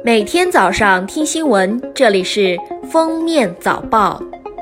每天早上听新闻，这里是封面早报。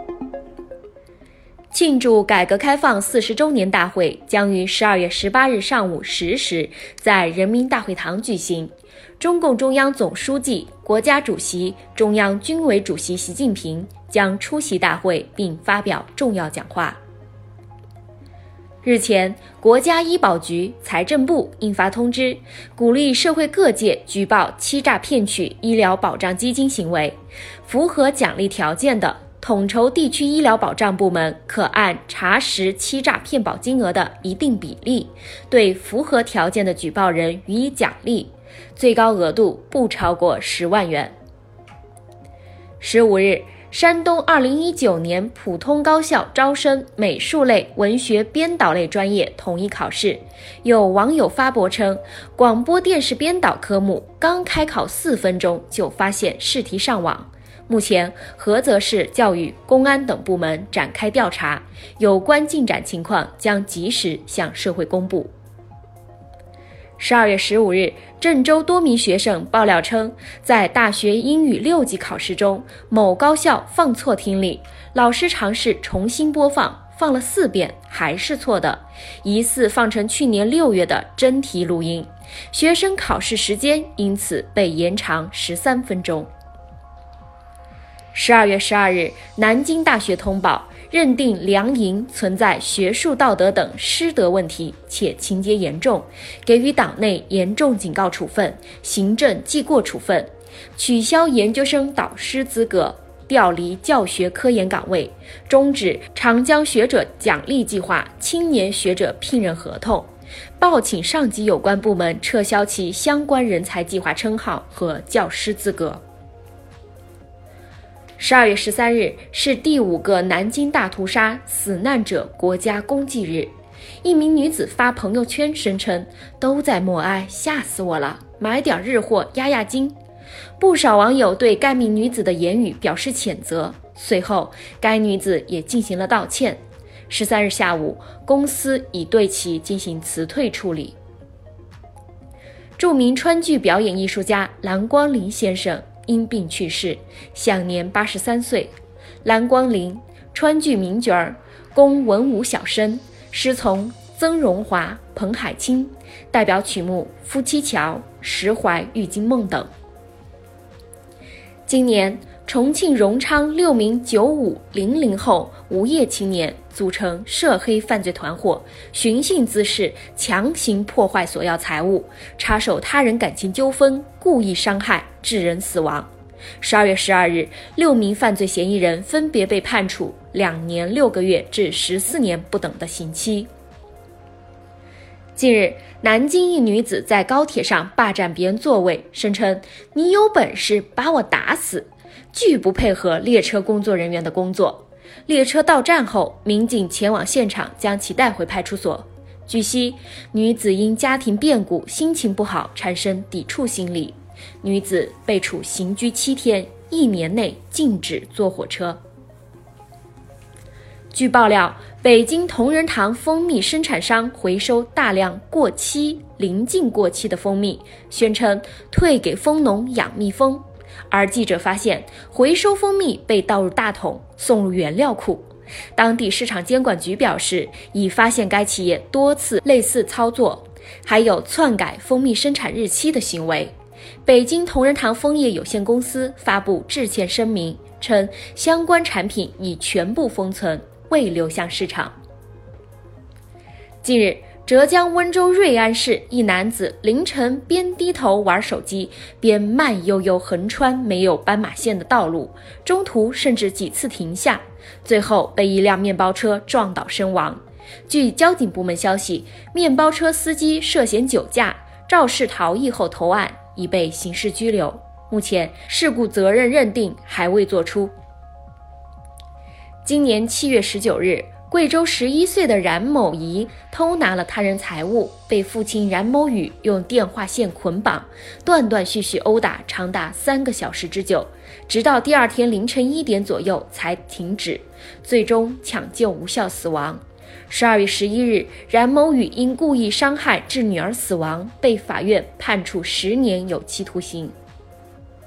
庆祝改革开放40周年大会将于12月18日上午10时在人民大会堂举行。中共中央总书记、国家主席、中央军委主席习近平将出席大会并发表重要讲话。日前，国家医保局、财政部印发通知，鼓励社会各界举报欺诈骗取医疗保障基金行为，符合奖励条件的统筹地区医疗保障部门可按查实欺诈骗保金额的一定比例，对符合条件的举报人予以奖励，最高额度不超过10万元。15日，山东2019年普通高校招生美术类、文学编导类专业统一考试，有网友发博称，广播电视编导科目刚开考4分钟就发现试题上网。目前，菏泽市教育、公安等部门展开调查，有关进展情况将及时向社会公布。12月15日，郑州多名学生爆料称，在大学英语6级考试中，某高校放错听力，老师尝试重新播放，放了4遍还是错的，疑似放成去年6月的真题录音，学生考试时间因此被延长13分钟。12月12日，南京大学通报，认定梁莹存在学术道德等师德问题，且情节严重，给予党内严重警告处分、行政记过处分，取消研究生导师资格，调离教学科研岗位，终止长江学者奖励计划青年学者聘任合同，报请上级有关部门撤销其相关人才计划称号和教师资格。12月13日是第5个南京大屠杀死难者国家公祭日，一名女子发朋友圈声称都在默哀，吓死我了，买点日货压压惊。不少网友对该名女子的言语表示谴责，随后该女子也进行了道歉。13日下午，公司已对其进行辞退处理。著名川剧表演艺术家蓝光林先生因病去世，享年83岁。蓝光林，川剧名角儿，工文武小生，师从曾荣华、彭海清，代表曲目《夫妻桥》《石怀玉京梦》等。今年，重庆荣昌6名95、00后无业青年组成涉黑犯罪团伙，寻衅滋事，强行破坏索要财物，插手他人感情纠纷，故意伤害，致人死亡。12月12日，6名犯罪嫌疑人分别被判处2年6个月至14年不等的刑期。近日，南京一女子在高铁上霸占别人座位，声称你有本事把我打死，拒不配合列车工作人员的工作。列车到站后，民警前往现场将其带回派出所。据悉，女子因家庭变故、心情不好，产生抵触心理。女子被处刑拘7天，1年内禁止坐火车。据爆料，北京同仁堂蜂蜜生产商回收大量过期、临近过期的蜂蜜，宣称退给蜂农养蜜蜂。而记者发现，回收蜂蜜被倒入大桶，送入原料库。当地市场监管局表示，已发现该企业多次类似操作，还有篡改蜂蜜生产日期的行为。北京同仁堂蜂业有限公司发布致歉声明，称相关产品已全部封存，未流向市场。近日，浙江温州瑞安市一男子凌晨边低头玩手机，边慢悠悠横穿没有斑马线的道路，中途甚至几次停下，最后被一辆面包车撞倒身亡。据交警部门消息，面包车司机涉嫌酒驾，肇事逃逸后投案，已被刑事拘留。目前事故责任认定还未作出。今年7月19日，贵州11岁的冉某仪偷拿了他人财物，被父亲冉某宇用电话线捆绑，断断续续殴打长达3个小时之久，直到第2天凌晨1点左右才停止，最终抢救无效死亡。12月11日，冉某宇因故意伤害致女儿死亡，被法院判处10年有期徒刑。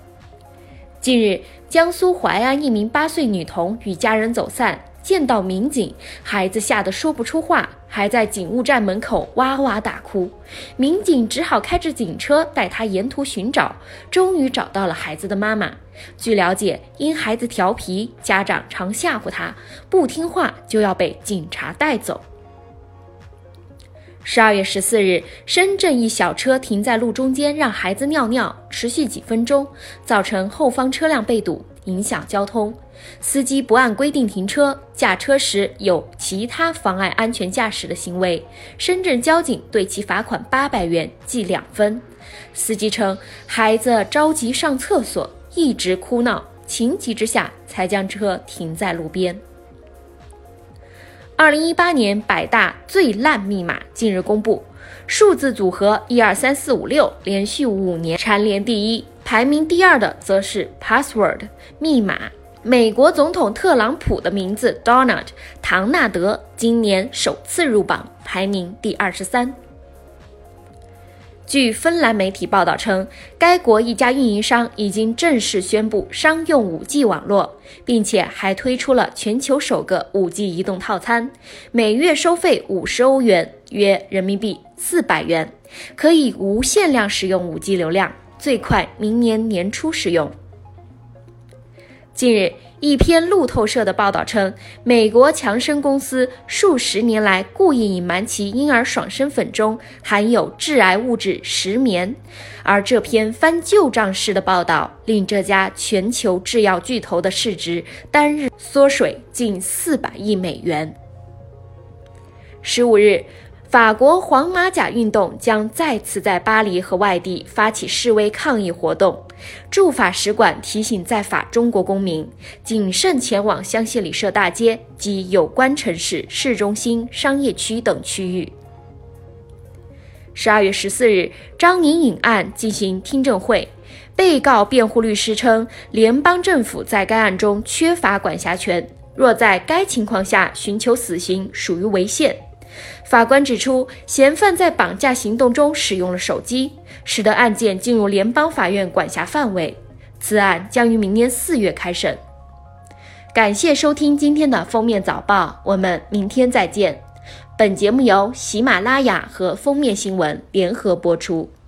近日，江苏淮安一名8岁女童与家人走散，见到民警，孩子吓得说不出话，还在警务站门口哇哇大哭。民警只好开着警车带她沿途寻找，终于找到了孩子的妈妈。据了解，因孩子调皮，家长常吓唬他，不听话就要被警察带走。12月14日，深圳一小车停在路中间让孩子尿尿，持续几分钟，造成后方车辆被堵，影响交通。司机不按规定停车，驾车时有其他妨碍安全驾驶的行为，深圳交警对其罚款800元，记2分。司机称，孩子着急上厕所，一直哭闹，情急之下才将车停在路边。2018年百大最烂密码近日公布，数字组合123456连续5年蝉联第一，排名第2的则是 Password 密码。美国总统特朗普的名字 Donald 唐纳德今年首次入榜，排名第23。据芬兰媒体报道称，该国一家运营商已经正式宣布商用 5G 网络，并且还推出了全球首个 5G 移动套餐，每月收费50欧元，约人民币400元，可以无限量使用 5G 流量，最快明年年初使用。近日，一篇路透社的报道称，美国强生公司数十年来故意隐瞒其婴儿爽身粉中含有致癌物质石棉，而这篇翻旧账式的报道令这家全球制药巨头的市值单日缩水近400亿美元。15日，法国黄马甲运动将再次在巴黎和外地发起示威抗议活动。驻法使馆提醒在法中国公民谨慎前往香榭里舍大街及有关城市市中心、商业区等区域。12月14日，张宁颖案进行听证会，被告辩护律师称，联邦政府在该案中缺乏管辖权，若在该情况下寻求死刑属于违宪。法官指出，嫌犯在绑架行动中使用了手机，使得案件进入联邦法院管辖范围。此案将于明年4月开审。感谢收听今天的封面早报，我们明天再见。本节目由喜马拉雅和封面新闻联合播出。